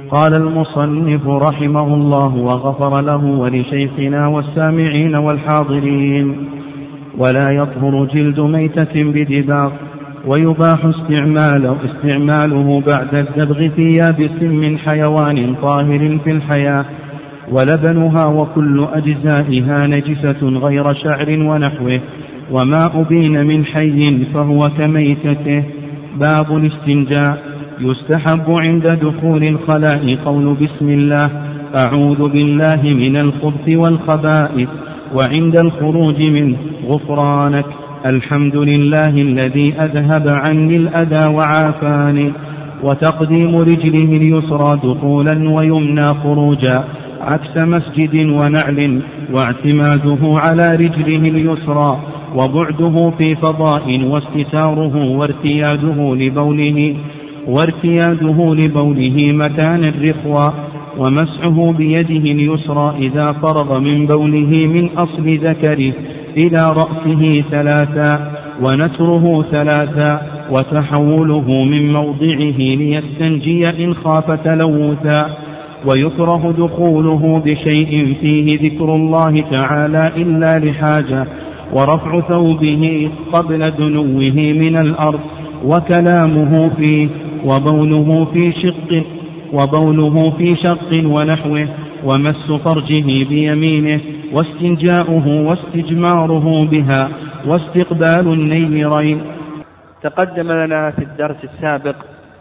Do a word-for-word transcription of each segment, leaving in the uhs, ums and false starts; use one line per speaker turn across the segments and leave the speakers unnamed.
قال المصنف رحمه الله وغفر له ولشيخنا والسامعين والحاضرين: ولا يطهر جلد ميتة بدباغ، ويباح استعماله, استعماله بعد الدبغ في يابس من حيوان طاهر في الحياة، ولبنها وكل أجزائها نجسة غير شعر ونحوه، وما أبين من حي فهو كميتته. باب الاستنجاء: يستحب عند دخول الخلاء قول بسم الله أعوذ بالله من الخبث والخبائث، وعند الخروج منه غفرانك الحمد لله الذي أذهب عني الأذى وعافاني، وتقديم رجله اليسرى دخولا ويمنى خروجا عكس مسجد ونعل، واعتماده على رجله اليسرى، وبعده في فضاء، واستتاره وارتياده لبوله وارتياده لبوله مكان الرخوة، ومسحه بيده اليسرى إذا فرغ من بوله من أصل ذكره إلى رأسه ثلاثا، ونتره ثلاثا، وتحوله من موضعه ليستنجي إن خاف تلوثا. ويكره دخوله بشيء فيه ذكر الله تعالى إلا لحاجة، ورفع ثوبه قبل دنوه من الأرض، وكلامه فيه، وبوله في شق وبوله في شق ونحوه، ومس فرجه بيمينه، واستنجاؤه واستجماره بها، واستقبال النيرين.
تقدم لنا في الدرس السابق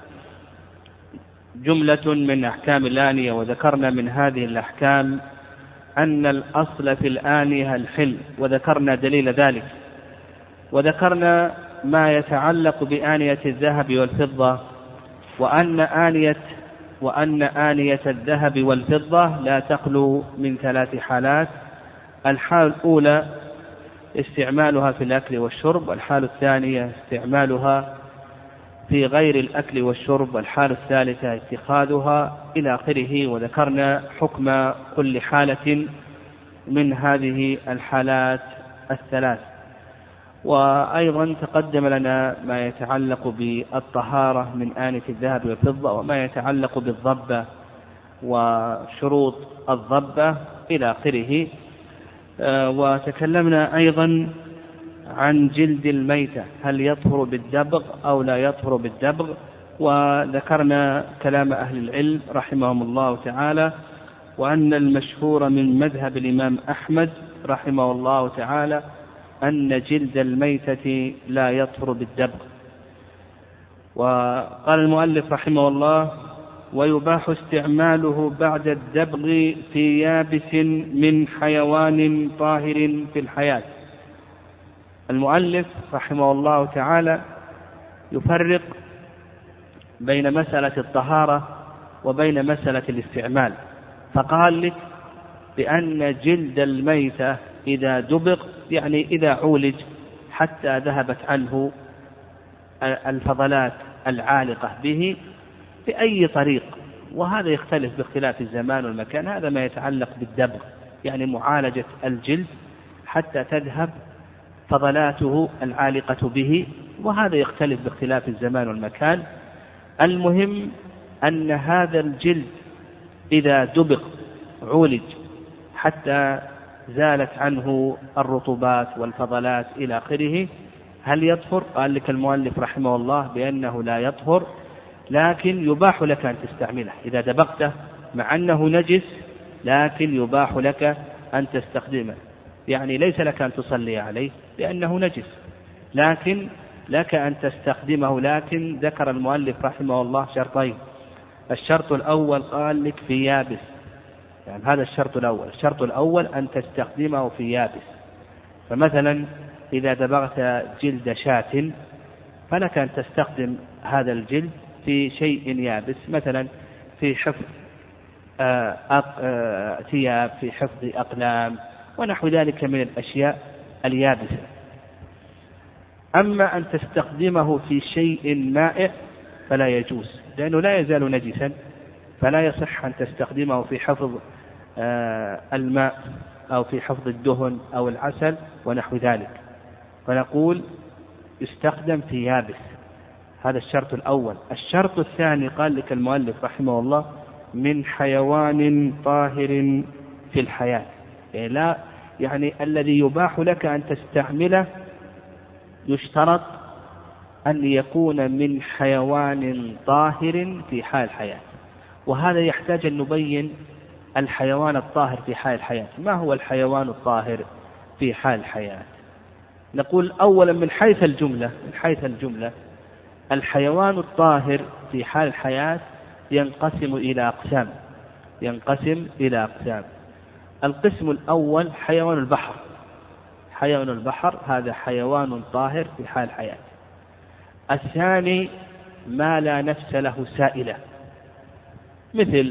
جملة من أحكام الآنية، وذكرنا من هذه الأحكام أن الأصل في الآنية الحل، وذكرنا دليل ذلك، وذكرنا ما يتعلق بآنية الذهب والفضة، وأن آنية وأن آنية الذهب والفضة لا تخلو من ثلاث حالات: الحال الأولى استعمالها في الأكل والشرب، والحال الثانية استعمالها في غير الأكل والشرب، والحال الثالثة اتخاذها إلى آخره. وذكرنا حكم كل حالة من هذه الحالات الثلاث. وأيضا تقدم لنا ما يتعلق بالطهارة من آنية الذهب والفضة، وما يتعلق بالضبة وشروط الضبة إلى آخره. وتكلمنا أيضا عن جلد الميتة، هل يطهر بالدبغ أو لا يطهر بالدبغ، وذكرنا كلام أهل العلم رحمهم الله تعالى، وأن المشهور من مذهب الإمام أحمد رحمه الله تعالى أن جلد الميتة لا يطهر بالدبغ. وقال المؤلف رحمه الله: ويباح استعماله بعد الدبغ في يابس من حيوان طاهر في الحياة. المؤلف رحمه الله تعالى يفرق بين مسألة الطهارة وبين مسألة الاستعمال، فقال لك بأن جلد الميتة إذا دبغ، يعني إذا عولج حتى ذهبت عنه الفضلات العالقة به بأي طريق، وهذا يختلف باختلاف الزمان والمكان، هذا ما يتعلق بالدبغ، يعني معالجة الجلد حتى تذهب فضلاته العالقة به، وهذا يختلف باختلاف الزمان والمكان. المهم أن هذا الجلد إذا دبغ عولج حتى زالت عنه الرطوبات والفضلات إلى آخره، هل يطهر؟ قال لك المؤلف رحمه الله بأنه لا يطهر، لكن يباح لك أن تستعمله إذا دبغته، مع أنه نجس لكن يباح لك أن تستخدمه، يعني ليس لك أن تصلي عليه لأنه نجس، لكن لك أن تستخدمه. لكن ذكر المؤلف رحمه الله شرطين: الشرط الأول قال لك في يابس، يعني هذا الشرط الأول. الشرط الأول أن تستخدمه في يابس، فمثلا إذا دبغت جلد شاة فلك أن تستخدم هذا الجلد في شيء يابس، مثلا في حفظ ثياب، في حفظ أقلام ونحو ذلك من الأشياء اليابسة. أما أن تستخدمه في شيء مائع فلا يجوز، لأنه لا يزال نجسا، فلا يصح أن تستخدمه في حفظ الماء أو في حفظ الدهن أو العسل ونحو ذلك، فنقول يستخدم في يابس. هذا الشرط الأول. الشرط الثاني قال لك المؤلف رحمه الله: من حيوان طاهر في الحياة. يعني لا يعني الذي يباح لك أن تستعمله يشترط أن يكون من حيوان طاهر في حال الحياة. وهذا يحتاج أن نبين الحيوان الطاهر في حال الحياة. ما هو الحيوان الطاهر في حال الحياة؟ نقول أولا من حيث الجملة من حيث الجملة الحيوان الطاهر في حال الحياة ينقسم إلى أقسام ينقسم إلى أقسام القسم الأول حيوان البحر. حيوان البحر هذا حيوان طاهر في حال الحياة. الثاني ما لا نفس له سائلة، مثل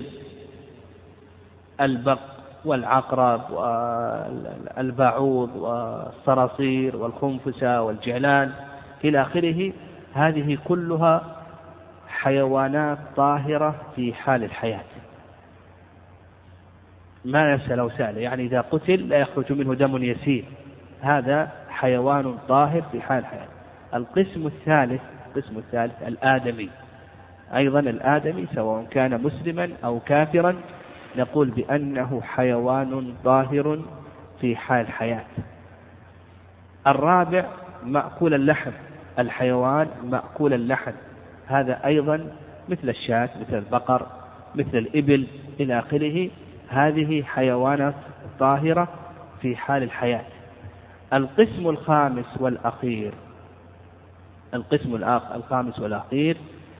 البق والعقرب والبعوض والصراصير والخنفسة والجعلان إلى آخره. هذه كلها حيوانات طاهرة في حال الحياة، ما نفس له سائلة، يعني إذا قتل لا يخرج منه دم يسير. هذا حيوان طاهر في حال الحياة. القسم الثالث القسم الثالث الآدمي. أيضا الآدمي سواء كان مسلما أو كافرا نقول بأنه حيوان طاهر في حال الحياة. الرابع مأكول اللحم، الحيوان مأكول اللحم، هذا أيضا مثل الشاة مثل البقر مثل الإبل إلى آخره. هذه حيوانات طاهرة في حال الحياة. القسم الخامس والأخير القسم الخامس والأخير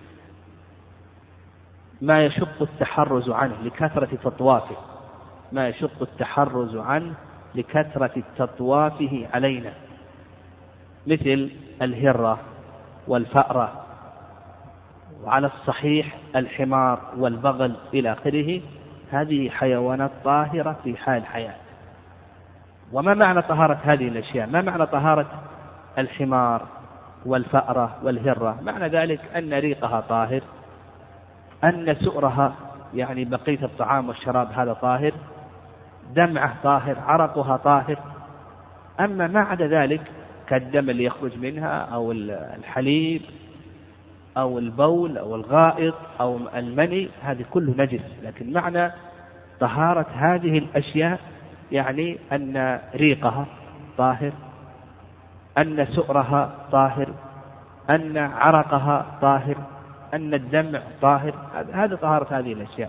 ما يشق التحرز عنه لكثرة تطوافه ما يشق التحرز عنه لكثرة تطوافه علينا، مثل الهرة والفأرة، وعلى الصحيح الحمار والبغل إلى آخره. هذه حيوانات طاهرة في حال الحياة. وما معنى طهارة هذه الأشياء؟ ما معنى طهارة الحمار والفأرة والهرة؟ معنى ذلك أن ريقها طاهر، أن سؤرها يعني بقية الطعام والشراب هذا طاهر، دمعه طاهر، عرقها طاهر. أما ما عدا ذلك كالدم اللي يخرج منها أو الحليب أو البول أو الغائط أو المني هذه كله نجس. لكن معنى طهارة هذه الأشياء يعني أن ريقها طاهر، أن سؤرها طاهر، أن عرقها طاهر، أن الدمع طاهر. هذا طهارة هذه الأشياء.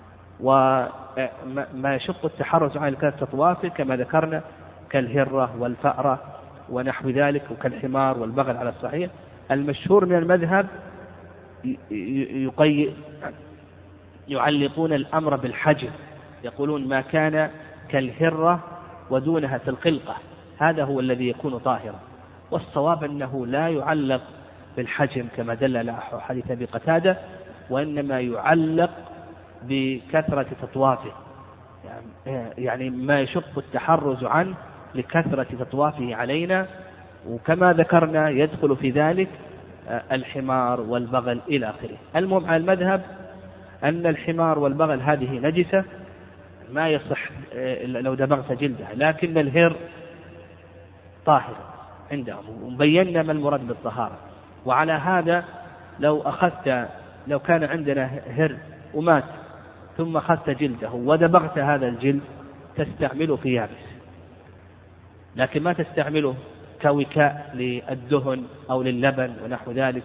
وما يشق التحرز عن كانت تطوافه كما ذكرنا كالهرة والفأرة ونحو ذلك، وكالحمار والبغل على الصحيح. المشهور من المذهب يقي... يعلقون الأمر بالحجم، يقولون ما كان كالهرة ودونها كالقلقة هذا هو الذي يكون طاهرا. والصواب أنه لا يعلق بالحجم كما دل على حديث أبي قتادة، وإنما يعلق بكثرة تطوافه، يعني ما يشق التحرز عنه لكثرة تطوافه علينا. وكما ذكرنا يدخل في ذلك الحمار والبغل إلى آخره. المهم على المذهب أن الحمار والبغل هذه نجسة ما يصح لو دبغت جلدها، لكن الهر طاهر عندهم، وبينا ما المراد بالطهارة. وعلى هذا لو أخذت لو كان عندنا هر ومات ثم أخذت جلده ودبغت هذا الجلد تستعمله في يابس، لكن ما تستعمله كوكاء للدهن أو لللبن ونحو ذلك.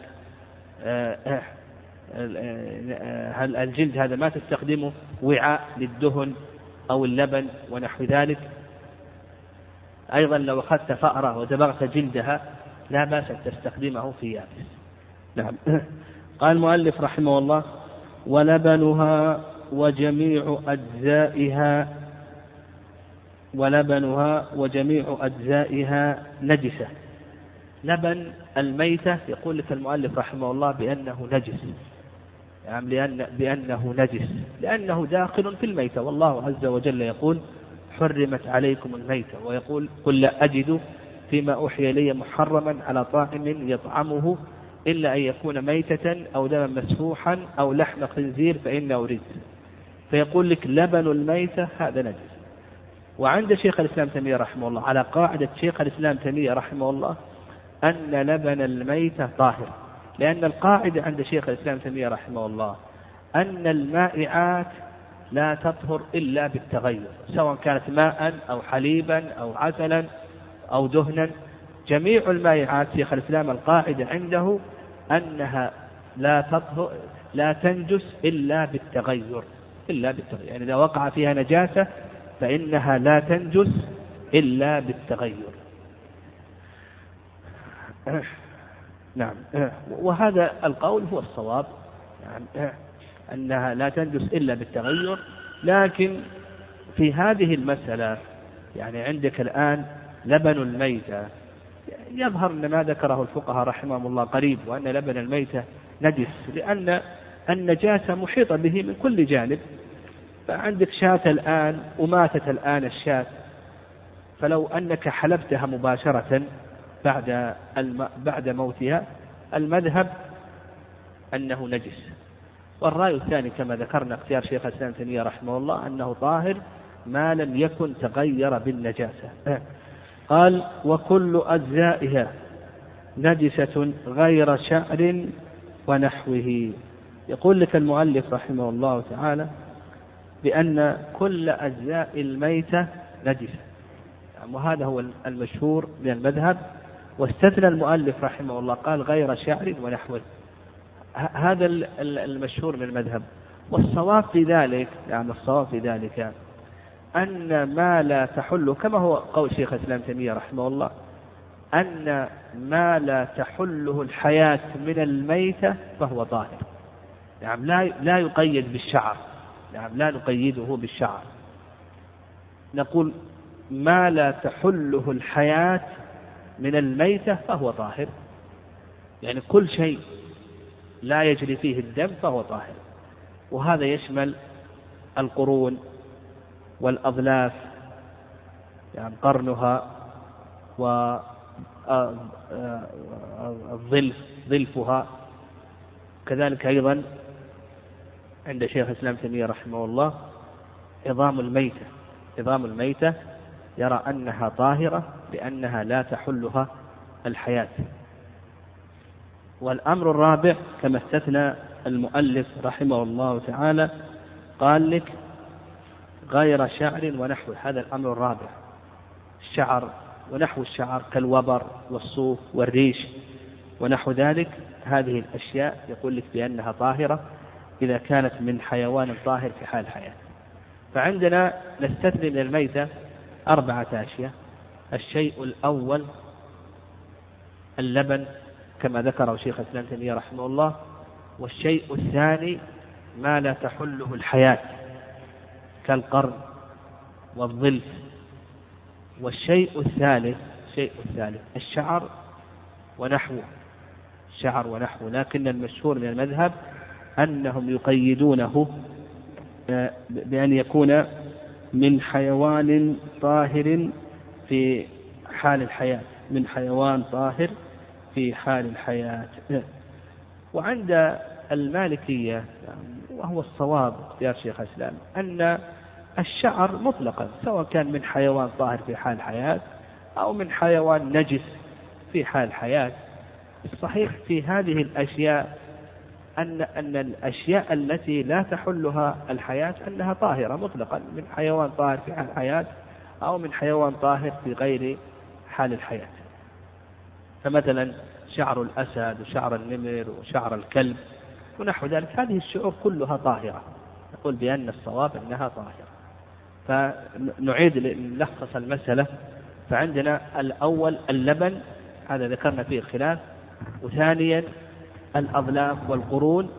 الجلد هذا ما تستخدمه وعاء للدهن أو اللبن ونحو ذلك. أيضا لو أخذت فأرة ودبغت جلدها لا بأس أن تستخدمه في يابس. نعم. قال المؤلف رحمه الله: ولبنها وجميع أجزائها ولبنها وجميع أجزائها نجسة. لبن الميتة يقول لك المؤلف رحمه الله بأنه نجس، يعني لأن بأنه نجس لأنه داخل في الميتة. والله عز وجل يقول: حرمت عليكم الميتة، ويقول: قل لا أجد فيما أوحي لي محرما على طاعم يطعمه إلا أن يكون ميتة أو دما مسفوحا أو لحم خنزير فإنه رجس. فيقول لك لبن الميتة هذا نجس. وعند شيخ الإسلام تيمية رحمه الله على قاعدة شيخ الإسلام تيمية رحمه الله أن لبن الميتة طاهر، لأن القاعدة عند شيخ الإسلام تيمية رحمه الله أن المائعات لا تطهر إلا بالتغير، سواء كانت ماء أو حليبا أو عسلا أو دهنا. جميع المائعات شيخ الإسلام القاعدة عنده أنها لا تطهر لا تنجس إلا بالتغير إلا بالتغير يعني إذا وقع فيها نجاسة فإنها لا تنجس إلا بالتغير. نعم، وهذا القول هو الصواب، يعني أنها لا تنجس إلا بالتغير. لكن في هذه المسألة يعني عندك الآن لبن الميتة، يظهر أن ما ذكره الفقهاء رحمهم الله قريب، وأن لبن الميتة نجس لأن النجاسة محيطة به من كل جانب. فعندك شاة الآن وماتت الآن الشاة، فلو أنك حلبتها مباشرة بعد الم... بعد موتها المذهب أنه نجس. والرأي الثاني كما ذكرنا اختيار شيخ الإسلام ابن تيمية رحمه الله أنه طاهر ما لم يكن تغير بالنجاسة. قال وكل أجزائها نجسة غير شعر ونحوه. يقول لك المؤلف رحمه الله تعالى بأن كل أجزاء الميتة نجسة، وهذا هو المشهور من المذهب، واستثنى المؤلف رحمه الله قال غير شعر ونحوه، هذا المشهور من المذهب. والصواب في ذلك يعني الصواب في ذلك أن ما لا تحل، كما هو قول شيخ الإسلام ابن تيمية رحمه الله، أن ما لا تحله الحياة من الميتة فهو طاهر. يعني لا لا يقيد بالشعر، يعني لا نقيده بالشعر، نقول ما لا تحله الحياة من الميتة فهو طاهر، يعني كل شيء لا يجري فيه الدم فهو طاهر. وهذا يشمل القرون والأظلاف، يعني قرنها والظلف ظلفها. كذلك أيضا عند شيخ الإسلام ابن تيمية رحمه الله عظام الميتة، عظام الميتة يرى أنها طاهرة لأنها لا تحلها الحياة. والأمر الرابع كما استثنى المؤلف رحمه الله تعالى قال لك غير شعر ونحوه، هذا الأمر الرابع، الشعر ونحو الشعر كالوبر والصوف والريش ونحو ذلك، هذه الأشياء يقول لك بأنها طاهرة إذا كانت من حيوان طاهر في حال الحياة. فعندنا نستثني من الميتة أربعة أشياء. الشيء الأول اللبن كما ذكره شيخ الإسلام ابن تيمية رحمه الله. والشيء الثاني ما لا تحله الحياة كالقرن والظلف. والشيء الثالث الشيء الثالث الشعر ونحوه، الشعر ونحوه، لكن المشهور من المذهب أنهم يقيدونه بأن يكون من حيوان طاهر في حال الحياة، من حيوان طاهر في حال الحياة. وعند المالكية وهو الصواب اختيار شيخ الإسلام أن الشعر مطلقا سواء كان من حيوان طاهر في حال الحياة أو من حيوان نجس في حال الحياة. الصحيح في هذه الأشياء أن أن الأشياء التي لا تحلها الحياة أنها طاهرة مطلقا، من حيوان طاهر في حال الحياة أو من حيوان طاهر في غير حال الحياة. فمثلا شعر الأسد وشعر النمر وشعر الكلب ونحو ذلك، هذه الشعور كلها طاهرة، نقول بأن الصواب أنها طاهرة. فنعيد نلخص المسألة. فعندنا الأول اللبن، هذا ذكرنا فيه الخلاف. وثانيا الأظلاف والقرون،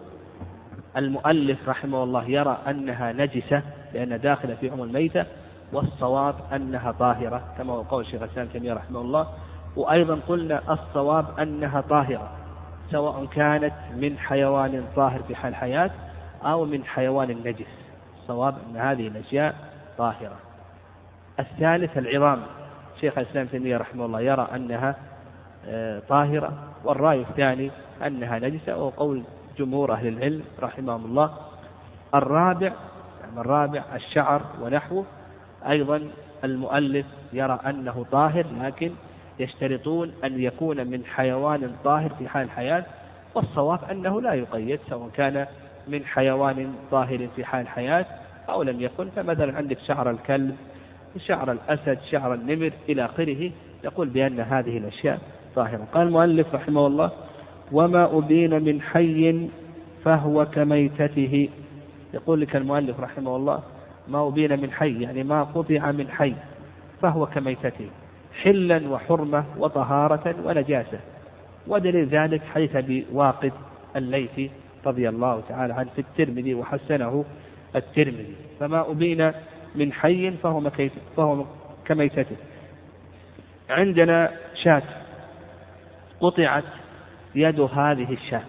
المؤلف رحمه الله يرى أنها نجسة لأن داخلة في عموم الميتة، والصواب أنها طاهرة كما هو قول شيخ الإسلام ابن تيمية رحمه الله. وأيضا قلنا الصواب أنها طاهرة سواء كانت من حيوان طاهر في حال الحياة أو من حيوان نجس، الصواب أن هذه الأشياء طاهرة. الثالث العظام، شيخ الإسلام ابن تيمية رحمه الله يرى أنها طاهرة، والرأي الثاني أنها نجسة، وقول جمهور أهل العلم رحمهم الله. الرابع الرابع الشعر ونحوه، أيضا المؤلف يرى أنه طاهر لكن يشترطون أن يكون من حيوان طاهر في حال الحياة، والصواب أنه لا يقيد سواء كان من حيوان طاهر في حال الحياة، أو لم يكن، فمثلا عندك شعر الكلب، شعر الأسد، شعر النمر إلى آخره، يقول بأن هذه الأشياء طاهرة. قال المؤلف رحمه الله: وما أبين من حي فهو كميتته. يقول لك المؤلف رحمه الله: ما أبين من حي يعني ما قطع من حي فهو كميتته، حلا وحرمة وطهارة ونجاسة. ودليل ذلك حديث أبي واقد الليثي رضي الله تعالى عنه في الترمذي وحسنه الترمذي: فما أبين من حي فهو, فهو كميتته. عندنا شاة قطعت يد هذه الشاة،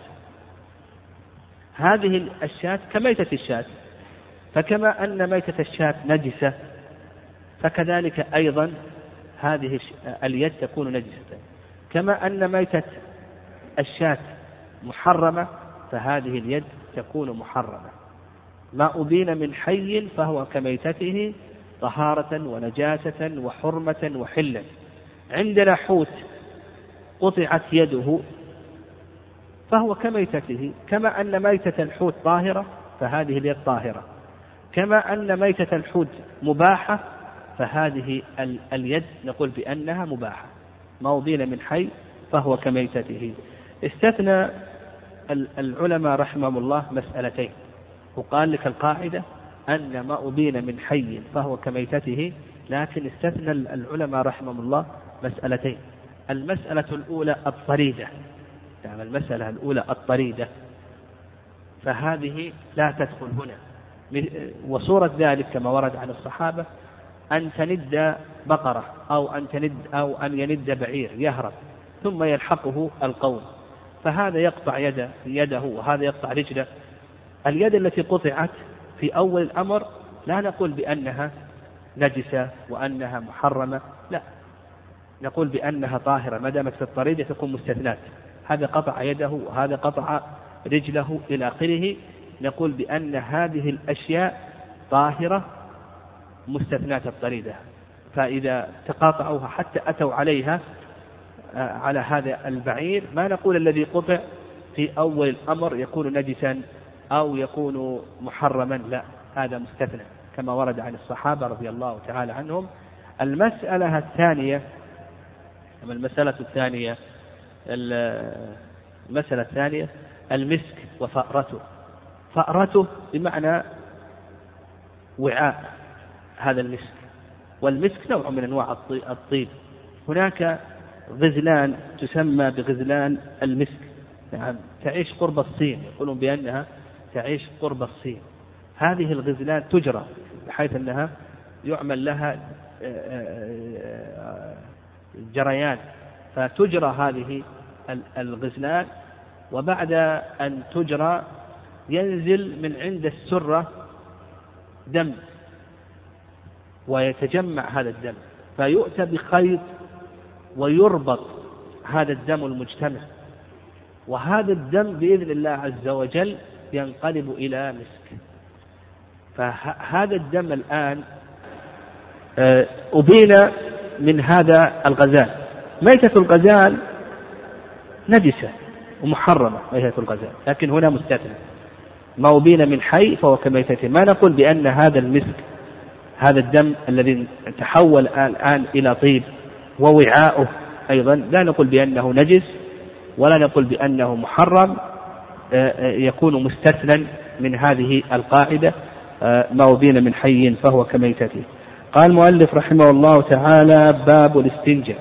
هذه الشاة كميتة الشاة، فكما أن ميتة الشاة نجسة فكذلك أيضا هذه اليد تكون نجسة، كما أن ميتة الشاة محرمة فهذه اليد تكون محرمة. ما أبين من حي فهو كميتته طهارة ونجاسة وحرمة وحلا. عندنا حوت قطعت يده فهو كميتته، كما أن ميتة الحوت طاهرة فهذه اليد طاهرة، كما أن ميتة الحوت مباحة فهذه اليد نقول بأنها مباحة. ما أبين من حي فهو كميتته. استثنى العلماء رحمهم الله مسألتين، وقال لك القاعدة أن ما أبين من حي فهو كميتته، لكن استثنى العلماء رحمهم الله مسألتين. المسألة الأولى الطريدة، يعني المسألة الأولى الطريدة، فهذه لا تدخل هنا. وصورة ذلك كما ورد عن الصحابة أن تند بقرة أو أن تند أو أن يند بعير يهرب ثم يلحقه القوم، فهذا يقطع يده يده وهذا يقطع رجله. اليد التي قطعت في أول الأمر لا نقول بأنها نجسة وأنها محرمة، لا، نقول بأنها طاهرة ما دامت في الطريدة تكون مستثنات. هذا قطع يده وهذا قطع رجله إلى آخره، نقول بأن هذه الأشياء طاهرة مستثنات الطريدة. فإذا تقاطعوها حتى أتوا عليها على هذا البعير ما نقول الذي قطع في أول الأمر يكون نجسا أو يكون محرما، لا، هذا مستثنى كما ورد عن الصحابة رضي الله تعالى عنهم. المسألة الثانية المسألة الثانية المسألة الثانية المسك وفأرته. فأرته بمعنى وعاء هذا المسك، والمسك نوع من أنواع الطيب. هناك غزلان تسمى بغزلان المسك، نعم، تعيش قرب الصين، يقولون بأنها تعيش قرب الصين. هذه الغزلان تجرى بحيث أنها يعمل لها جريان، فتجرى هذه الغزلان، وبعد أن تجرى ينزل من عند السرة دم ويتجمع هذا الدم، فيؤتى بخيط ويربط هذا الدم المجتمع، وهذا الدم بإذن الله عز وجل ينقلب إلى مسك. فهذا الدم الآن أبين من هذا الغزال. ميتة الغزال نجسة ومحرمة ميتة الغزال، لكن هنا مستثنى. ما أبين من حي فهو كميتته. ما نقول بأن هذا المسك هذا الدم الذي تحول الآن إلى طيب ووعاؤه أيضا لا نقول بأنه نجس ولا نقول بأنه محرم، يكون مستثنى من هذه القاعدة ما أبين من حي فهو كميتته. قال المؤلف رحمه الله تعالى: باب الاستنجاء.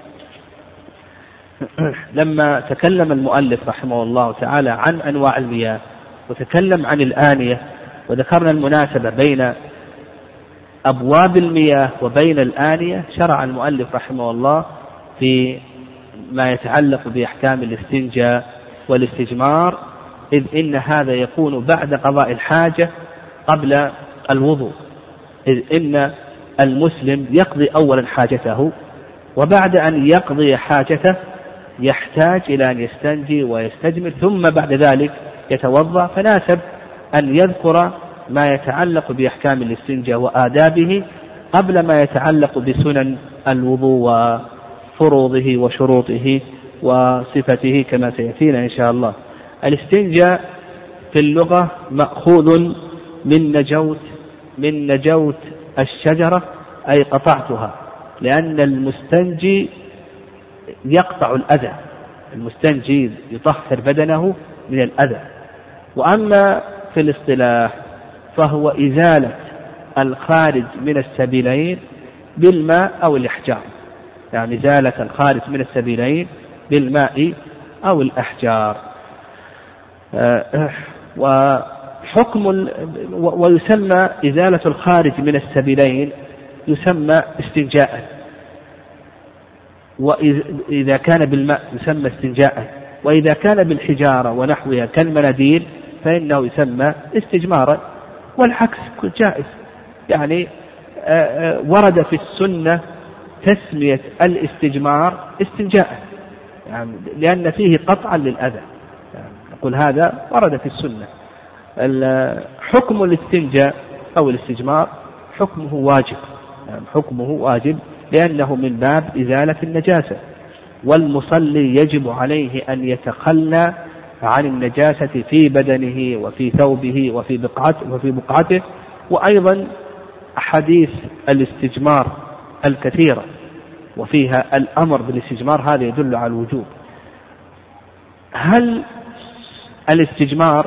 لما تكلم المؤلف رحمه الله تعالى عن أنواع المياه وتكلم عن الآنية وذكرنا المناسبة بين أبواب المياه وبين الآنية، شرع المؤلف رحمه الله في ما يتعلق بأحكام الاستنجاء والاستجمار، إذ إن هذا يكون بعد قضاء الحاجة قبل الوضوء، إذ إن المسلم يقضي أولا حاجته، وبعد أن يقضي حاجته يحتاج إلى أن يستنجي ويستجمر، ثم بعد ذلك يتوضأ. فناسب أن يذكر ما يتعلق بأحكام الاستنجاء وآدابه قبل ما يتعلق بسنن الوضوء وفروضه وشروطه وصفته كما سيأتينا إن شاء الله. الاستنجاء في اللغة مأخوذ من نجوت من نجوت الشجرة أي قطعتها، لأن المستنجي يقطع الأذى، المستنجي يطهر بدنه من الأذى. وأما في الاصطلاح فهو إزالة الخارج من السبيلين بالماء أو الإحجار، يعني إزالة الخارج من السبيلين بالماء أو الأحجار. وحكم ويسمى إزالة الخارج من السبيلين يسمى استنجاء، وإذا كان بالماء يسمى استنجاء، وإذا كان بالحجارة ونحوها كالمناديل فإنه يسمى استجمارا، والعكس جائز. يعني ورد في السنة تسمية الاستجمار استنجاء، يعني لأن فيه قطعا للأذى، يعني نقول هذا ورد في السنة. حكم الاستنجاء أو الاستجمار حكمه واجب، يعني حكمه واجب لأنه من باب إزالة النجاسة، والمصلي يجب عليه أن يتخلى عن النجاسة في بدنه وفي ثوبه وفي بقعته, وفي بقعته وأيضا أحاديث الاستجمار الكثيرة وفيها الأمر بالاستجمار، هذا يدل على الوجوب. هل الاستجمار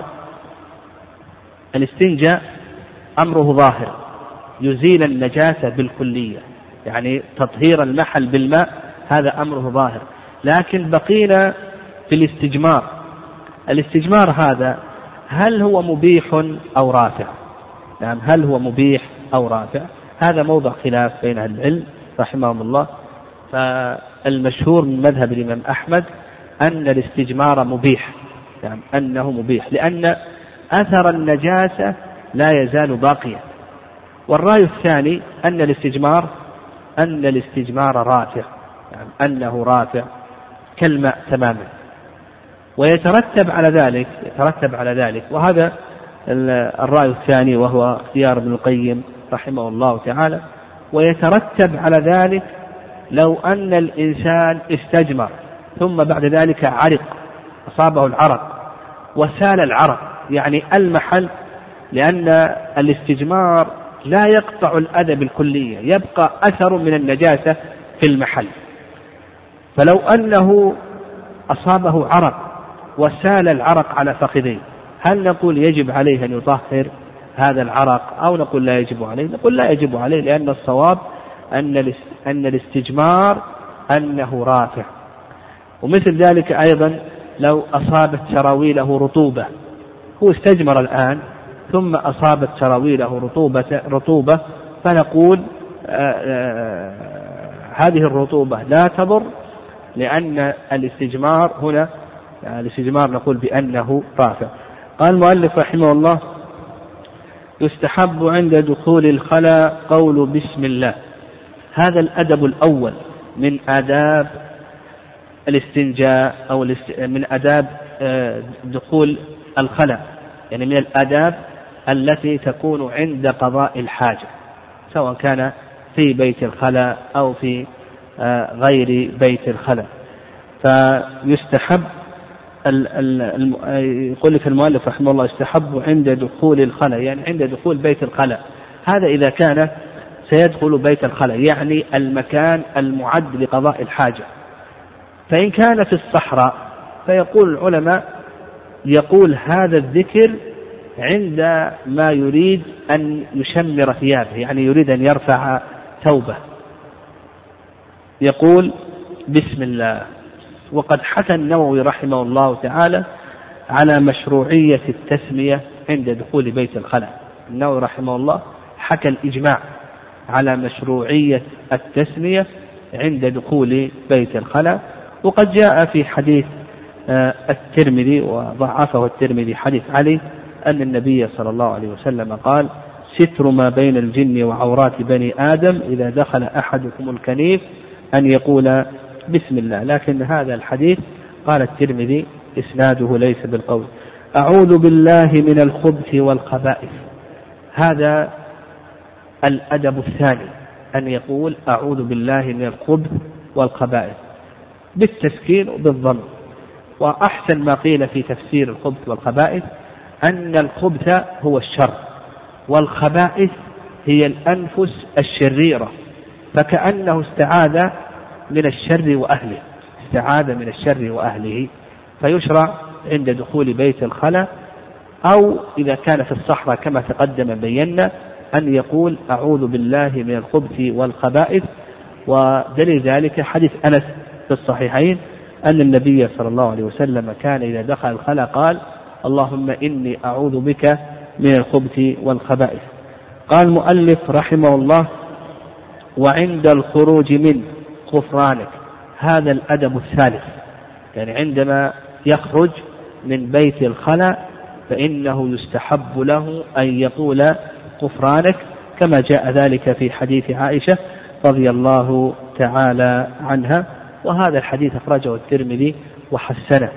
الاستنجاء أمره ظاهر يزيل النجاسة بالكلية، يعني تطهير المحل بالماء، هذا أمره ظاهر، لكن بقينا في الاستجمار. الاستجمار هذا هل هو مبيح أو رافع؟ يعني هل هو مبيح أو رافع؟ هذا موضع خلاف بين أهل العلم رحمهم الله. فالمشهور من مذهب الإمام أحمد أن الاستجمار مبيح، يعني أنه مبيح لأن أثر النجاسة لا يزال باقيا. والرأي الثاني أن الاستجمار أن الاستجمار رافع، يعني أنه رافع كالماء تماما، ويترتب على ذلك يترتب على ذلك وهذا الرأي الثاني وهو اختيار ابن القيم رحمه الله تعالى، ويترتب على ذلك لو أن الإنسان استجمر ثم بعد ذلك عرق، أصابه العرق وسال العرق، يعني المحل، لأن الاستجمار لا يقطع الأذى بالكلية، يبقى أثر من النجاسة في المحل. فلو أنه أصابه عرق وسال العرق على فخذيه، هل نقول يجب عليه أن يطهر هذا العرق أو نقول لا يجب عليه؟ نقول لا يجب عليه، لأن الصواب أن الاستجمار أنه رافع. ومثل ذلك أيضا لو أصابت سراويله رطوبة، هو استجمر الآن ثم أصابت سراويله رطوبة, رطوبة فنقول آآ آآ هذه الرطوبة لا تضر، لأن الاستجمار هنا الاستجمار نقول بأنه رافع. قال المؤلف رحمه الله: يستحب عند دخول الخلاء قول بسم الله. هذا الأدب الأول من آداب الاستنجاء أو من آداب دخول الخلاء، يعني من الآداب التي تكون عند قضاء الحاجة، سواء كان في بيت الخلاء أو في غير بيت الخلاء. فيستحب يقول لك المؤلف رحمه الله: يستحب عند دخول الخلاء، يعني عند دخول بيت الخلاء. هذا إذا كان سيدخل بيت الخلاء، يعني المكان المعد لقضاء الحاجة. فإن كان في الصحراء فيقول العلماء يقول هذا الذكر عند ما يريد أن يشمر ثيابه، يعني يريد أن يرفع ثوبه، يقول بسم الله. وقد حكى النووي رحمه الله تعالى على مشروعية التسمية عند دخول بيت الخلاء. النووي رحمه الله حكى الإجماع على مشروعية التسمية عند دخول بيت الخلاء. وقد جاء في حديث الترمذي وضعفه الترمذي حديث علي أن النبي صلى الله عليه وسلم قال: ستر ما بين الجن وعورات بني آدم إذا دخل أحدكم الكنيف أن يقول بسم الله. لكن هذا الحديث قال الترمذي إسناده ليس بالقول. أعوذ بالله من الخبث والخبائث، هذا الأدب الثاني، أن يقول أعوذ بالله من الخبث والخبائث بالتسكين وبالضم. وأحسن ما قيل في تفسير الخبث والخبائث أن الخبث هو الشر، والخبائث هي الأنفس الشريرة، فكأنه استعاذ من الشر وأهله، استعاذ من الشر وأهله. فيشرع عند دخول بيت الخلاء أو إذا كان في الصحراء كما تقدم بينا أن يقول أعوذ بالله من الخبث والخبائث. ودليل ذلك حديث أنس في الصحيحين أن النبي صلى الله عليه وسلم كان إذا دخل الخلاء قال اللهم إني أعوذ بك من الخبث والخبائث. قال المؤلف رحمه الله وعند الخروج من غفرانك، هذا الأدب الثالث، يعني عندما يخرج من بيت الخلاء فإنه يستحب له أن يقول غفرانك كما جاء ذلك في حديث عائشة رضي الله تعالى عنها، وهذا الحديث أخرجه الترمذي وحسنه.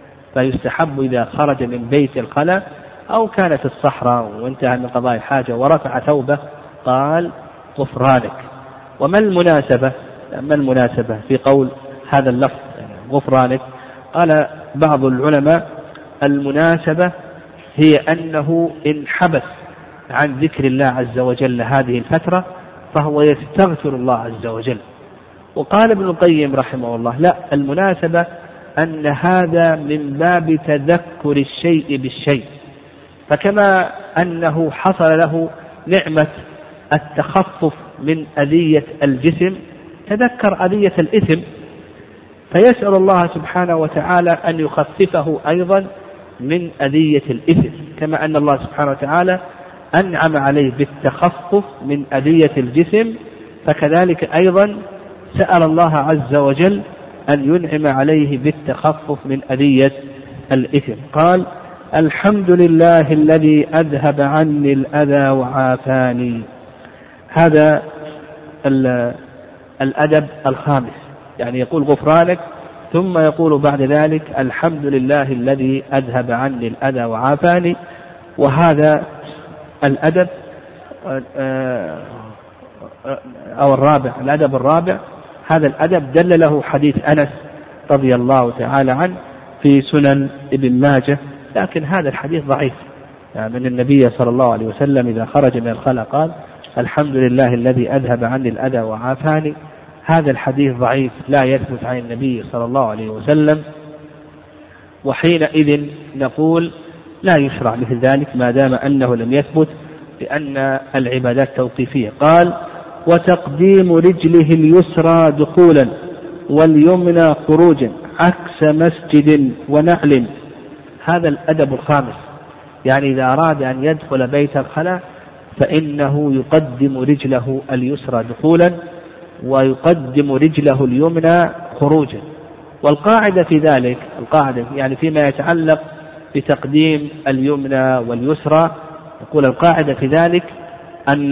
فيستحب إذا خرج من بيت الخلاء أو كان في الصحراء وانتهى من قضاء الحاجة ورفع ثوبه قال غفرانك. وما المناسبة ما المناسبة في قول هذا اللفظ غفرانك؟ قال بعض العلماء المناسبة هي أنه إن حبس عن ذكر الله عز وجل هذه الفترة فهو يستغفر الله عز وجل. وقال ابن القيم رحمه الله لا، المناسبة أن هذا من باب تذكر الشيء بالشيء، فكما أنه حصل له نعمة التخفف من أذية الجسم تذكر أذية الإثم، فيسأل الله سبحانه وتعالى أن يخففه أيضا من أذية الإثم، كما أن الله سبحانه وتعالى أنعم عليه بالتخفف من أذية الجسم، فكذلك أيضا سأل الله عز وجل أن ينعم عليه بالتخفف من أذية الإثم. قال الحمد لله الذي أذهب عني الأذى وعافاني. هذا الأدب الخامس، يعني يقول غفرانك ثم يقول بعد ذلك الحمد لله الذي أذهب عني الأذى وعافاني. وهذا الأدب أو الرابع، الأدب الرابع، هذا الأدب دل له حديث أنس رضي الله تعالى عنه في سنن ابن ماجه، لكن هذا الحديث ضعيف، يعني من النبي صلى الله عليه وسلم إذا خرج من الخلاء قال الحمد لله الذي أذهب عني الأذى وعافاني. هذا الحديث ضعيف لا يثبت عن النبي صلى الله عليه وسلم، وحينئذ نقول لا يشرع مثل ذلك ما دام أنه لم يثبت، لأن العبادات توقيفية. قال وتقديم رجله اليسرى دخولا واليمنى خروجا عكس مسجد ونعل. هذا الأدب الخامس، يعني إذا أراد أن يدخل بيت الخلاء فإنه يقدم رجله اليسرى دخولا ويقدم رجله اليمنى خروجا. والقاعدة في ذلك، القاعدة يعني فيما يتعلق بتقديم اليمنى واليسرى، يقول القاعدة في ذلك أن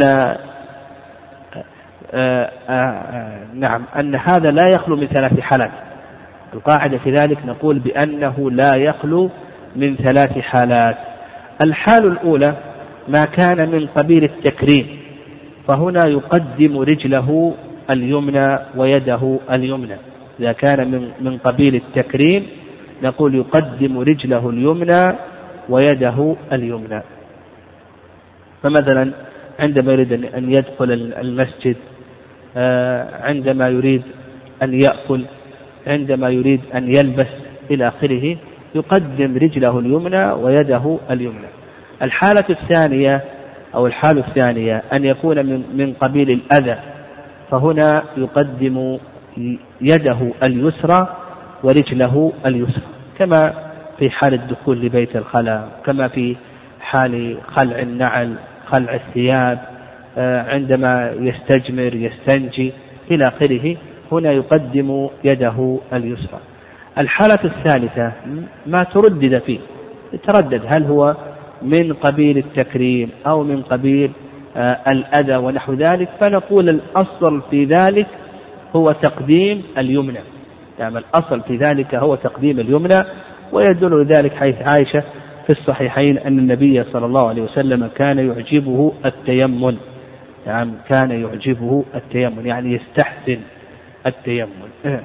آآ آآ نعم أن هذا لا يخلو من ثلاث حالات. القاعدة في ذلك نقول بأنه لا يخلو من ثلاث حالات. الحال الأولى ما كان من قبيل التكريم، فهنا يقدم رجله اليمنى ويده اليمنى. إذا كان من من قبيل التكريم نقول يقدم رجله اليمنى ويده اليمنى. فمثلا عندما يريد أن يدخل المسجد، عندما يريد أن يأكل، عندما يريد أن يلبس إلى آخره، يقدم رجله اليمنى ويده اليمنى. الحالة الثانية أو الحالة الثانية أن يكون من من قبيل الأذى، فهنا يقدم يده اليسرى ورجله اليسرى، كما في حال الدخول لبيت الخلاء، كما في حال خلع النعل، خلع الثياب، عندما يستجمر يستنجي إلى آخره، هنا يقدم يده اليسرى. الحالة الثالثة ما تردد فيه، تردد هل هو من قبيل التكريم أو من قبيل الأذى ونحو ذلك، فنقول الأصل في ذلك هو تقديم اليمنى، يعني الأصل في ذلك هو تقديم اليمنى. ويدل ذلك حيث عائشة في الصحيحين أن النبي صلى الله عليه وسلم كان يعجبه التيمم، يعني كان يعجبه التيمم يعني يستحسن التيمم.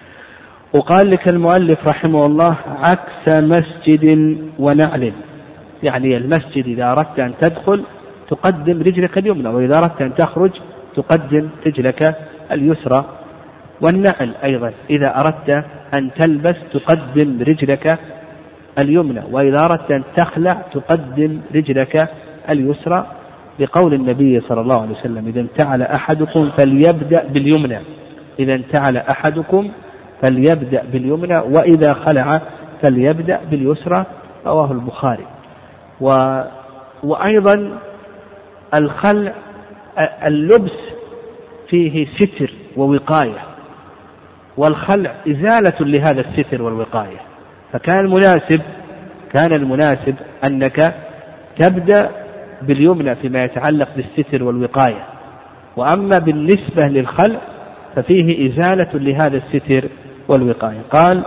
وقال لك المؤلف رحمه الله عكس مسجد ونعل. يعني المسجد إذا أردت أن تدخل تقدم رجلك اليمنى، وإذا أردت أن تخرج تقدم رجلك اليسرى. والنعل أيضا إذا أردت أن تلبس تقدم رجلك اليمنى، وإذا أردت أن تخلع تقدم رجلك اليسرى، لقول النبي صلى الله عليه وسلم: إذا انتعل أحدكم فليبدأ باليمنى، إذا انتعل أحدكم فليبدأ باليمنى، وإذا خلع فليبدأ باليسرى. رواه البخاري. و... وأيضا الخلع اللبس فيه ستر ووقاية، والخلع إزالة لهذا الستر والوقاية، فكان المناسب كان المناسب أنك تبدأ باليمنى فيما يتعلق بالستر والوقاية، وأما بالنسبة للخلع ففيه إزالة لهذا الستر والوقاية. قال: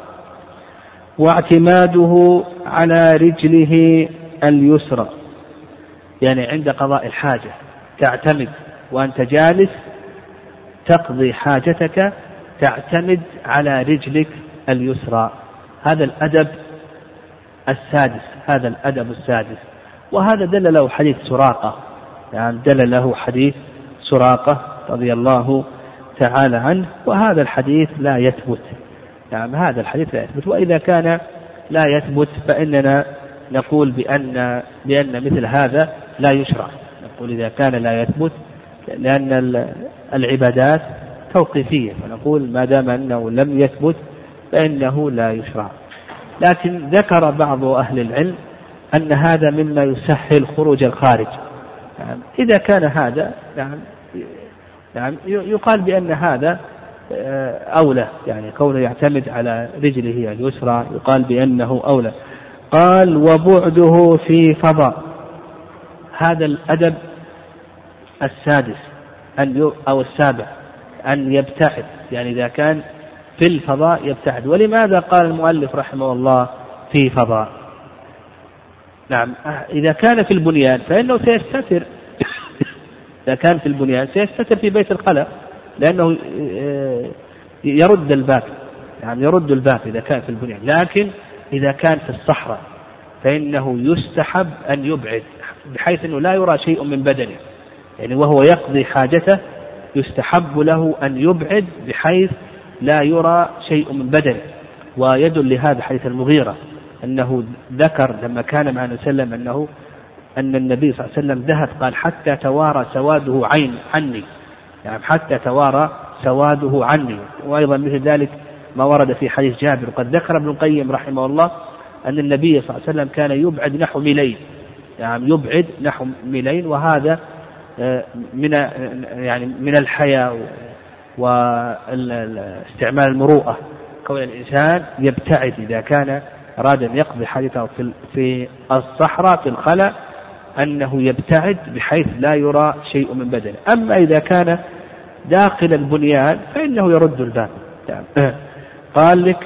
واعتماده على رجله اليسرى، يعني عند قضاء الحاجة تعتمد وأنت جالس تقضي حاجتك تعتمد على رجلك اليسرى. هذا الأدب السادس هذا الأدب السادس وهذا دل له حديث سراقة، يعني دل له حديث سراقة رضي الله تعالى عنه، وهذا الحديث لا يثبت، يعني هذا الحديث لا يثبت. وإذا كان لا يثبت فإننا نقول بأن بأن مثل هذا لا يشرع، نقول إذا كان لا يثبت، لأن العبادات توقيفية، فنقول ما دام أنه لم يثبت فإنه لا يشرع. لكن ذكر بعض أهل العلم أن هذا مما يسهل خروج الخارج، يعني إذا كان هذا يعني يعني يقال بأن هذا أولى، يعني كونه يعتمد على رجله اليسرى يقال بأنه أولى. قال: وبعده في فضاء، هذا الأدب السادس أن أو السابع أن يبتعد، يعني إذا كان في الفضاء يبتعد. ولماذا قال المؤلف رحمه الله في فضاء؟ نعم، إذا كان في البنيان فإنه سيستتر إذا كان في البنيان سيستتر في بيت الخلاء، لأنه يرد الباب، يعني يرد الباب إذا كان في البنيان. لكن إذا كان في الصحراء فإنه يستحب أن يبعد بحيث أنه لا يرى شيء من بدنه، يعني وهو يقضي حاجته يستحب له أن يبعد بحيث لا يرى شيء من بدنه. ويدل لهذا حديث المغيرة أنه ذكر لما كان مع النبي صلى الله عليه وسلم أنه أن النبي صلى الله عليه وسلم ذهب قال: حتى توارى سواده عين عني، يعني حتى توارى سواده عني. وأيضا مثل ذلك ما ورد في حديث جابر. وقد ذكر ابن القيم رحمه الله أن النبي صلى الله عليه وسلم كان يبعد نحو ميلين، يعني يبعد نحو ميلين، وهذا من يعني من الحياء واستعمال المروءة، كون الإنسان يبتعد إذا كان أراد أن يقضي حاجته في الصحراء في الخلاء، أنه يبتعد بحيث لا يرى شيء من بدنه. أما إذا كان داخل البنيان فإنه يرد الباب. قال لك: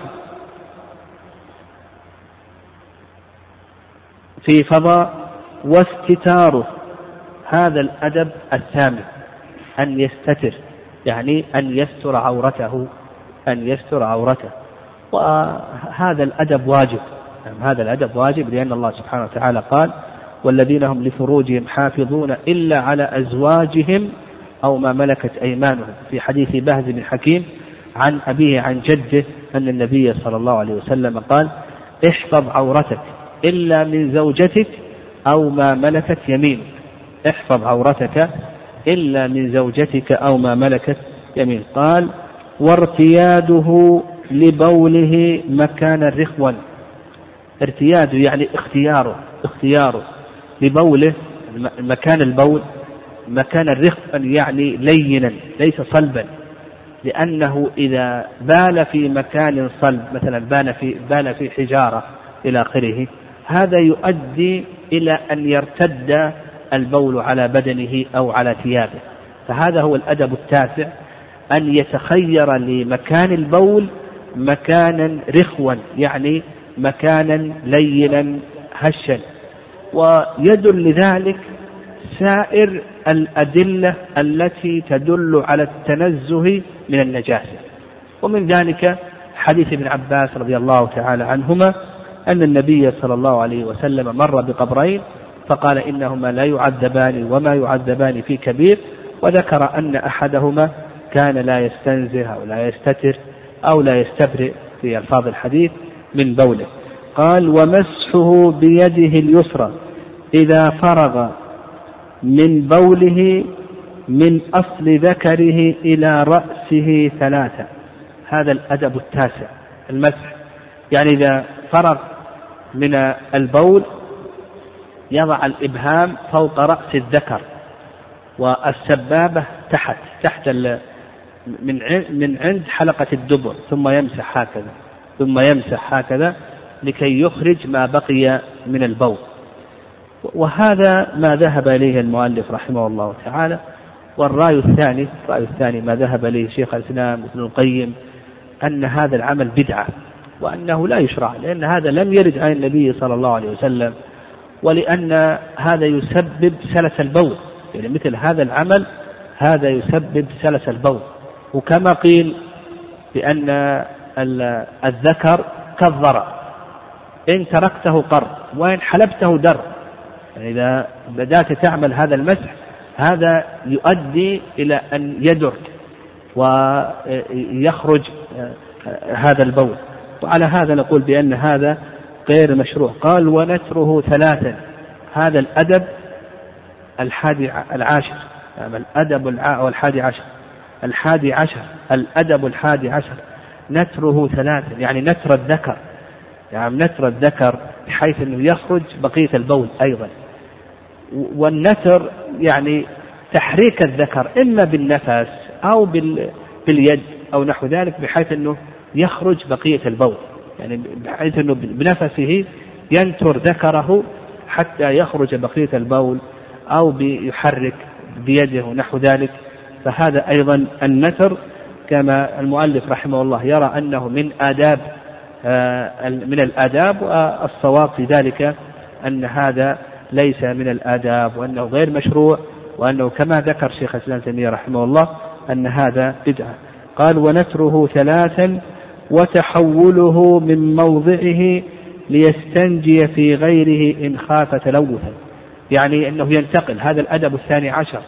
في فضاء واستتاره، هذا الأدب الثامن أن يستتر، يعني أن يستر عورته أن يستر عورته وهذا الأدب واجب، يعني هذا الأدب واجب، لأن الله سبحانه وتعالى قال: والذين هم لفروجهم حافظون إلا على أزواجهم أو ما ملكت أيمانهم، في حديث بهز بن حكيم عن أبيه عن جده أن النبي صلى الله عليه وسلم قال: احفظ عورتك إلا من زوجتك أو ما ملكت يمينك، احفظ عورتك إلا من زوجتك أو ما ملكت يمينك. قال: وارتياده لبوله مكان رخوا، ارتياده يعني اختياره اختياره لبوله، مكان البول مكان الرخو يعني لينا ليس صلبا، لأنه إذا بال في مكان صلب مثلا بال في بال في حجارة إلى آخره، هذا يؤدي إلى أن يرتد البول على بدنه أو على ثيابه. فهذا هو الأدب التاسع، أن يتخير لمكان البول مكانا رخوا، يعني مكانا لينا هشا. ويدل لذلك سائر الأدلة التي تدل على التنزه من النجاسة، ومن ذلك حديث ابن عباس رضي الله تعالى عنهما أن النبي صلى الله عليه وسلم مر بقبرين فقال إنهما لا يعذبان وما يعذبان في كبير، وذكر أن أحدهما كان لا يستنزه أو لا يستتر أو لا يستبرئ في ألفاظ الحديث من بوله. قال ومسحه بيده اليسرى إذا فرغ من بوله من أصل ذكره إلى رأسه ثلاثة. هذا الأدب التاسع المسح، يعني إذا فرغ من البول يضع الإبهام فوق رأس الذكر والسبابة تحت تحت من عند حلقة الدبر، ثم يمسح هكذا ثم يمسح هكذا لكي يخرج ما بقي من البول. وهذا ما ذهب إليه المؤلف رحمه الله تعالى. والرأي الثاني الرأي الثاني ما ذهب إليه شيخ الإسلام ابن القيم أن هذا العمل بدعة وأنه لا يشرع، لأن هذا لم يرد عن النبي صلى الله عليه وسلم، ولأن هذا يسبب سلس البول، يعني مثل هذا العمل هذا يسبب سلس البول. وكما قيل بأن الذكر كالضرع، إن تركته قر وإن حلبته در، يعني إذا بدأت تعمل هذا المسح هذا يؤدي إلى أن يدر ويخرج هذا البول، وعلى هذا نقول بأن هذا غير مشروع. قال ونتره ثلاثا، هذا الأدب الحادي العاشر، يعني الأدب الحادي عشر الحادي عشر الأدب الحادي عشر نتره ثلاثا، يعني نتر الذكر، يعني نتر الذكر بحيث أنه يخرج بقية البول أيضا. والنتر يعني تحريك الذكر إما بالنفس أو باليد أو نحو ذلك، بحيث أنه يخرج بقية البول، يعني بحيث أنه بنفسه ينتر ذكره حتى يخرج بقية البول، أو بيحرك بيده نحو ذلك. فهذا أيضا النتر كما المؤلف رحمه الله يرى أنه من آداب من الآداب، والصواب في ذلك أن هذا ليس من الآداب وأنه غير مشروع، وأنه كما ذكر شيخ الإسلام ابن تيمية رحمه الله أن هذا بدعة. قال ونتره ثلاثا وتحوله من موضعه ليستنجي في غيره إن خاف تلوثا، يعني أنه ينتقل، هذا الأدب الثاني عشر،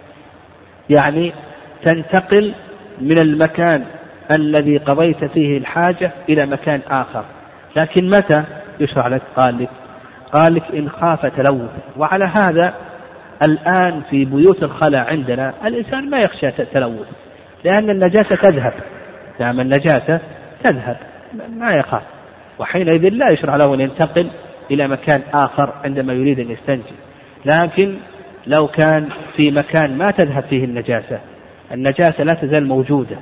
يعني تنتقل من المكان الذي قضيت فيه الحاجة إلى مكان آخر. لكن متى يشرع لك؟ قال لك قال لك إن خاف تلوث. وعلى هذا الآن في بيوت الخلاء عندنا الإنسان ما يخشى تلوث، لأن النجاسة تذهب، نعم النجاسة تذهب ما يخاف، وحينئذ لا يشرع له أن ينتقل إلى مكان آخر عندما يريد أن يستنجي. لكن لو كان في مكان ما تذهب فيه النجاسة، النجاسة لا تزال موجودة،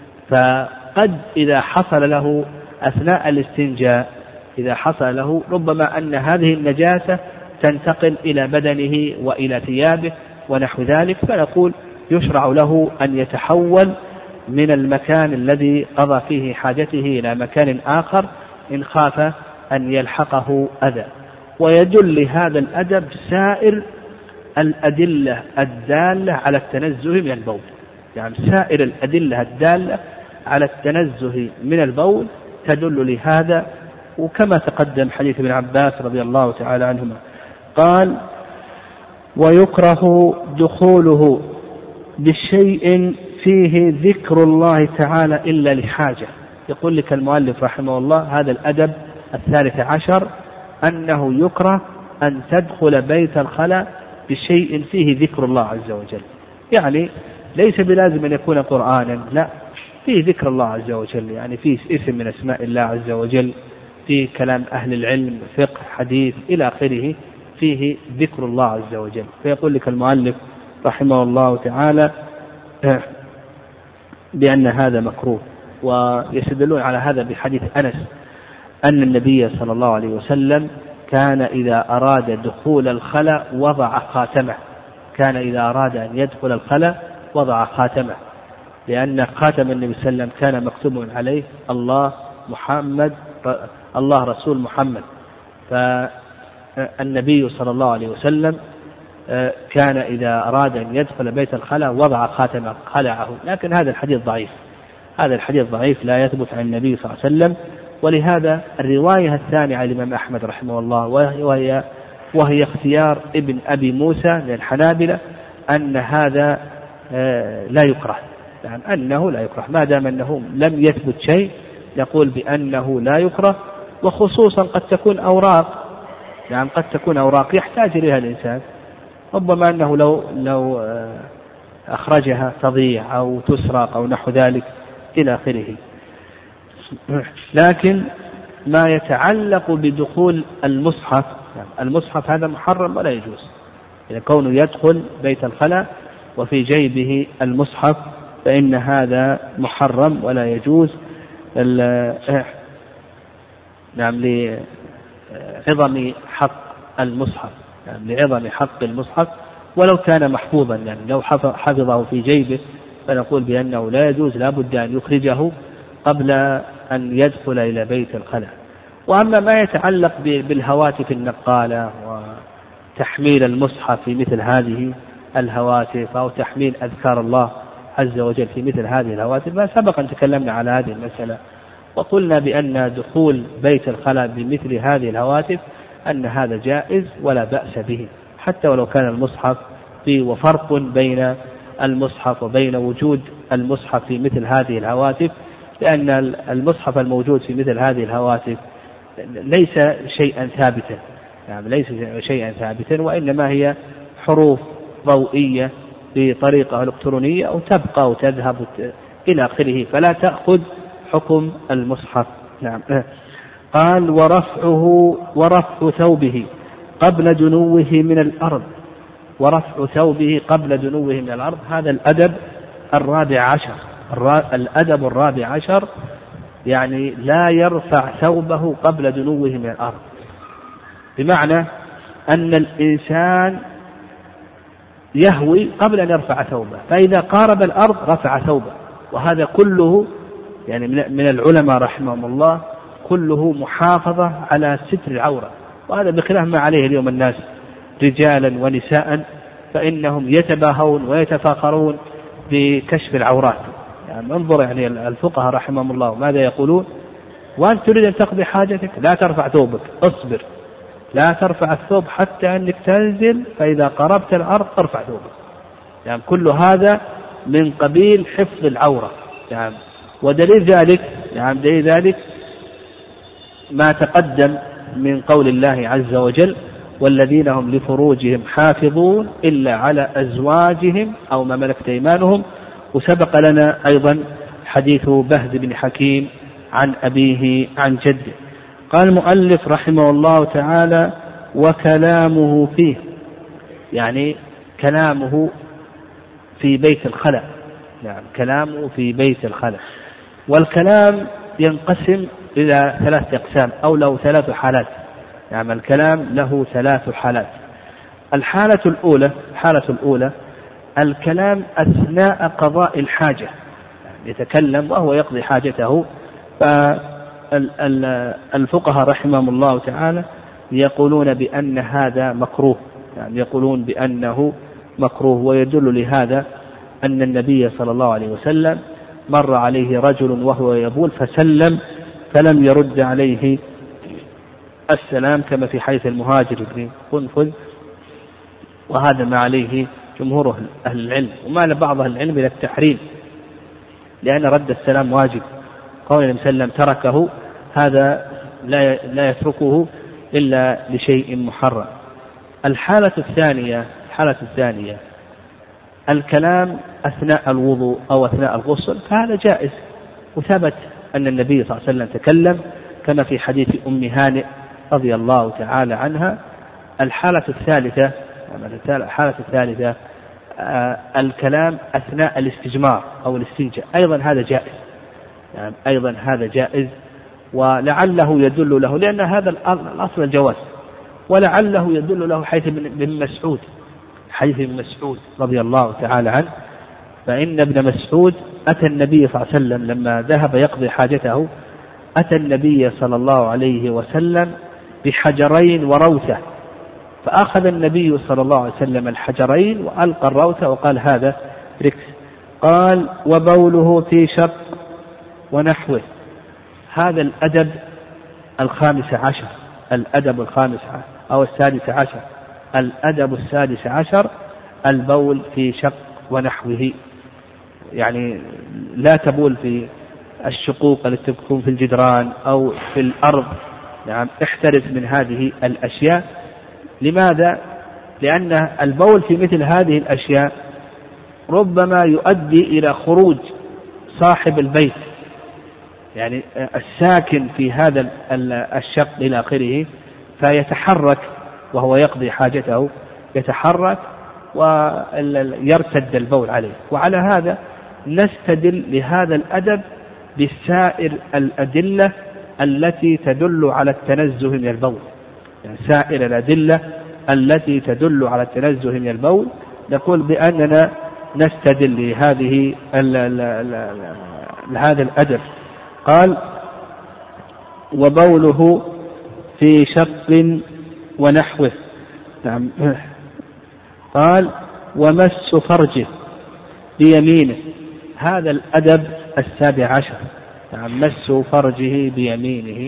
فقد إذا حصل له أثناء الاستنجاء إذا حصل له ربما أن هذه النجاسة تنتقل إلى بدنه وإلى ثيابه ونحو ذلك، فنقول يشرع له أن يتحول من المكان الذي قضى فيه حاجته إلى مكان آخر إن خاف أن يلحقه أذى. ويدل لهذا الأدب سائر الأدلة الدالة على التنزه من البول، يعني سائر الأدلة الدالة على التنزه من البول تدل لهذا، وكما تقدم حديث ابن عباس رضي الله تعالى عنهما. قال ويكره دخوله بشيء فيه ذكر الله تعالى إلا لحاجة. يقول لك المؤلف رحمه الله هذا الأدب الثالث عشر أنه يكره أن تدخل بيت الخلاء بشيء فيه ذكر الله عز وجل، يعني ليس بلازم أن يكون قرآنا، لا، فيه ذكر الله عز وجل، يعني فيه اسم من اسماء الله عز وجل، فيه كلام أهل العلم فقه حديث إلى آخره، فيه ذكر الله عز وجل. فيقول لك المؤلف رحمه الله تعالى بأن هذا مكروه، ويستدلون على هذا بحديث أنس أن النبي صلى الله عليه وسلم كان إذا أراد دخول الخلاء وضع خاتمه، كان إذا أراد أن يدخل الخلاء وضع خاتمه، لأن خاتم النبي صلى الله عليه وسلم كان مكتوب عليه الله محمد الله رسول محمد. فالنبي صلى الله عليه وسلم كان إذا أراد أن يدخل بيت الخلاء وضع خاتمه خلعه، لكن هذا الحديث ضعيف، هذا الحديث ضعيف لا يثبت عن النبي صلى الله عليه وسلم ولهذا الرواية الثانية عن الإمام أحمد رحمه الله وهي, وهي اختيار ابن أبي موسى من الحنابلة أن هذا لا يكره، يعني أنه لا يكره ما دام أنه لم يثبت شيء يقول بأنه لا يكره. وخصوصا قد تكون أوراق، يعني قد تكون أوراق يحتاج إليها الإنسان، ربما أنه لو لو أخرجها تضيع أو تسرق أو نحو ذلك إلى آخره. لكن ما يتعلق بدخول المصحف، يعني المصحف هذا محرم ولا يجوز، إذا كونه يدخل بيت الخلاء وفي جيبه المصحف فإن هذا محرم ولا يجوز، نعم لعظم حق المصحف، يعني لعظم حق المصحف ولو كان محفوظا، يعني لو حفظه في جيبه فنقول بأنه لا يجوز، لا بد أن يخرجه قبل أن يدخل إلى بيت الخلاء. وأما ما يتعلق بالهواتف النقالة وتحميل المصحف في مثل هذه الهواتف أو تحميل أذكار الله عز وجل في مثل هذه الهواتف، ما سبق أن تكلمنا على هذه المسألة وقلنا بأن دخول بيت الخلاء بمثل هذه الهواتف أن هذا جائز ولا بأس به، حتى ولو كان المصحف فيه. وفرق بين المصحف وبين وجود المصحف في مثل هذه الهواتف، لأن المصحف الموجود في مثل هذه الهواتف ليس شيئا ثابتا، يعني ليس شيئا ثابتا وإنما هي حروف ضوئية بطريقة إلكترونية أو تبقى وتذهب إلى آخره، فلا تأخذ حكم المصحف. نعم. قال ورفعه ورفع ثوبه قبل دنوه من الأرض، ورفع ثوبه قبل دنوه من الأرض، هذا الأدب الرابع عشر. الأدب الرابع عشر يعني لا يرفع ثوبه قبل دنوه من الأرض، بمعنى أن الإنسان يهوي قبل أن يرفع ثوبه، فإذا قارب الأرض رفع ثوبه. وهذا كله يعني من العلماء رحمهم الله كله محافظة على ستر العورة، وهذا بخلاف ما عليه اليوم الناس رجالا ونساء، فإنهم يتباهون ويتفاخرون بكشف العورات. يعني انظر يعني الفقهاء رحمهم الله ماذا يقولون: وأنت تريد أن تقضي حاجتك لا ترفع ثوبك، اصبر لا ترفع الثوب حتى أنك تنزل، فإذا قربت الأرض ارفع ثوبك. يعني كل هذا من قبيل حفظ العورة. يعني ودليل ذلك يعني دليل ذلك ما تقدم من قول الله عز وجل: والذين هم لفروجهم حافظون إلا على أزواجهم أو ما ملكت أيمانهم. وسبق لنا أيضا حديث بهز بن حكيم عن أبيه عن جده. قال المؤلف رحمه الله تعالى: وكلامه فيه، يعني كلامه في بيت الخلاء. يعني كلامه في بيت الخلاء. والكلام ينقسم إلى ثلاث أقسام أو له ثلاث حالات. يعني الكلام له ثلاث حالات. الحالة الأولى الحالة الأولى الكلام أثناء قضاء الحاجة، يعني يتكلم وهو يقضي حاجته. فالفقهاء رحمهم الله تعالى يقولون بأن هذا مكروه، يعني يقولون بأنه مكروه. ويدل لهذا أن النبي صلى الله عليه وسلم مر عليه رجل وهو يبول فسلم فلم يرد عليه السلام، كما في حديث المهاجر بن قنفذ، وهذا ما عليه جمهور أهل العلم. ومال بعض أهل العلم إلى التحريم، لأن رد السلام واجب. قول النبي صلى الله عليه وسلم تركه، هذا لا يتركه إلا لشيء محرم. الحالة الثانية الحالة الثانية الكلام أثناء الوضوء أو أثناء الغسل، فهذا جائز، وثبت أن النبي صلى الله عليه وسلم تكلم كما في حديث أم هانئ رضي الله تعالى عنها. الحالة الثالثة الحالة الثالثة آه الكلام أثناء الاستجمار أو الاستنجاء، أيضا هذا جائز، يعني أيضا هذا جائز. ولعله يدل له، لأن هذا الأصل الجواز، ولعله يدل له حيث ابن مسعود حديث ابن مسعود رضي الله تعالى عنه، فإن ابن مسعود أتى النبي صلى الله عليه وسلم لما ذهب يقضي حاجته، أتى النبي صلى الله عليه وسلم بحجرين وروثة، فأخذ النبي صلى الله عليه وسلم الحجرين وألقى الروثة وقال: هذا ركس. قال: وبوله في شق ونحوه. هذا الأدب الخامس عشر الأدب الخامس أو السادس عشر الأدب السادس عشر البول في شق ونحوه، يعني لا تبول في الشقوق التي تكون في الجدران أو في الأرض. نعم، احترز من هذه الأشياء. لماذا؟ لأن البول في مثل هذه الأشياء ربما يؤدي إلى خروج صاحب البيت، يعني الساكن في هذا الشق إلى آخره، فيتحرك وهو يقضي حاجته، يتحرك ويرتد البول عليه. وعلى هذا نستدل لهذا الأدب بسائر الأدلة التي تدل على التنزه من البول، يعني سائر الأدلة التي تدل على التنزه من البول نقول بأننا نستدل لهذه هذا الأدب. قال وبوله في شق ونحوه. نعم. قال ومس فرجه بيمينه، هذا الأدب السابع عشر. نعم، مس فرجه بيمينه.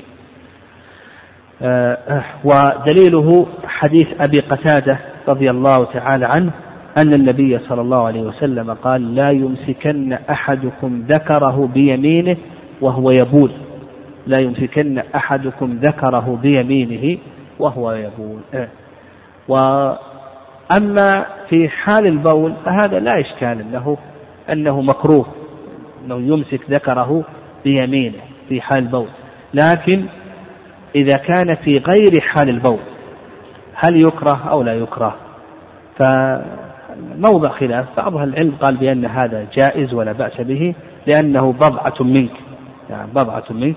آه ودليله حديث أبي قتادة رضي الله تعالى عنه أن النبي صلى الله عليه وسلم قال لا يمسكن أحدكم ذكره بيمينه وهو يبول، لا يمسكن أحدكم ذكره بيمينه وهو يبول. آه. وأما في حال البول فهذا لا إشكال أنه, أنه مكروه أنه يمسك ذكره بيمينه في حال البول، لكن إذا كان في غير حال البول هل يكره أو لا يكره؟ فموضع خلاف. بعض العلم قال بأن هذا جائز ولا بأس به لأنه بضعة منك، يعني بضعة منك.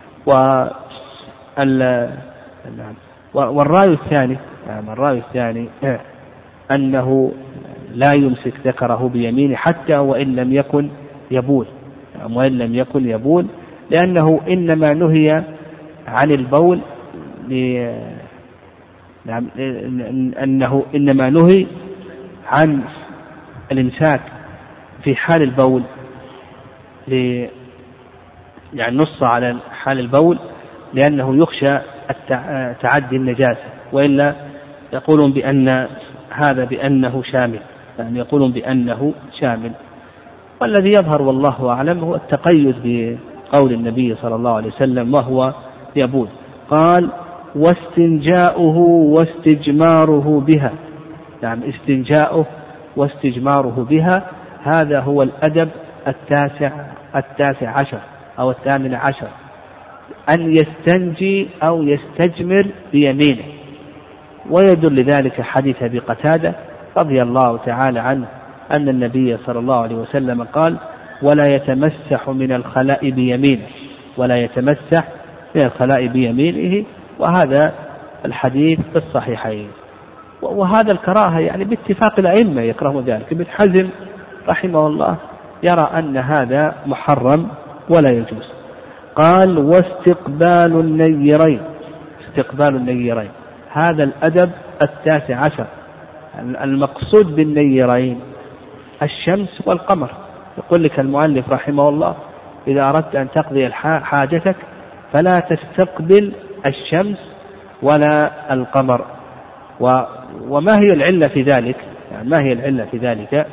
والرأي الثاني يعني الرأي الثاني أنه لا يمسك ذكره بيمينه حتى وإن لم يكن يبول، يعني وإن لم يكن يبول، لأنه إنما نهي عن البول ل... نعم أنه إنما نهي عن الإمساك في حال البول ل... يعني نص على حال البول لأنه يخشى التع... تعدي النجاسة، وإلا يقولون بأن هذا بأنه شامل، يعني يقولون بأنه شامل. والذي يظهر والله أعلم هو التقيد بقول النبي صلى الله عليه وسلم وهو يبول. قال واستنجاؤه واستجماره بها. نعم، استنجاؤه واستجماره بها هذا هو الأدب التاسع التاسع عشر أو الثامن عشر، أن يستنجي أو يستجمر بيمينه. ويدل لذلك حديث أبي قتادة رضي الله تعالى عنه أن النبي صلى الله عليه وسلم قال ولا يتمسح من الخلاء بيمينه، ولا يتمسح من الخلاء بيمينه. وهذا الحديث في الصحيحين. وهذا الكراهة يعني باتفاق الأئمة يكرهون ذلك. ابن حزم رحمه الله يرى أن هذا محرم ولا يجوز. قال واستقبال النيرين، استقبال النيرين هذا الأدب التاسع عشر. المقصود بالنيرين الشمس والقمر. يقول لك المؤلف رحمه الله إذا أردت أن تقضي حاجتك فلا تستقبل الشمس ولا القمر. و وما هي العلة في ذلك؟ يعني ما هي العلة في ذلك؟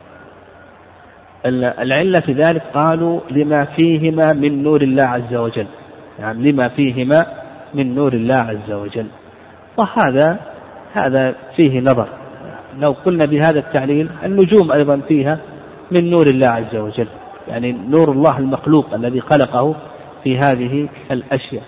العلة في ذلك قالوا لما فيهما من نور الله عز وجل، يعني لما فيهما من نور الله عز وجل. وهذا هذا فيه نظر. لو قلنا بهذا التعليل النجوم أيضا فيها من نور الله عز وجل، يعني نور الله المخلوق الذي خلقه في هذه الأشياء.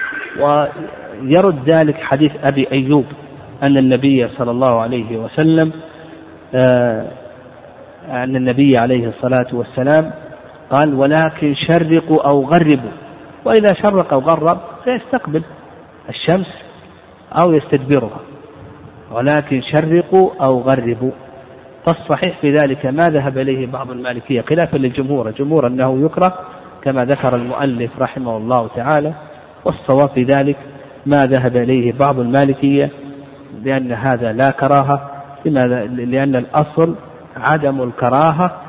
ويرد ذلك حديث أبي أيوب أن النبي صلى الله عليه وسلم آه أن النبي عليه الصلاة والسلام قال ولكن شرقوا أو غربوا. وإذا شرق أو غرب سيستقبل الشمس أو يستدبرها، ولكن شرقوا أو غربوا. فالصحيح في ذلك ما ذهب إليه بعض المالكية خلافا للجمهور، الجمهور أنه يكره كما ذكر المؤلف رحمه الله تعالى. والصواب في ذلك ما ذهب إليه بعض المالكية لأن هذا لا كراهة، لأن الأصل عدم الكراهة.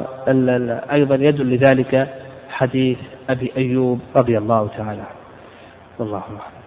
وأيضا يدل لذلك حديث أبي أيوب رضي الله تعالى. والله أعلم.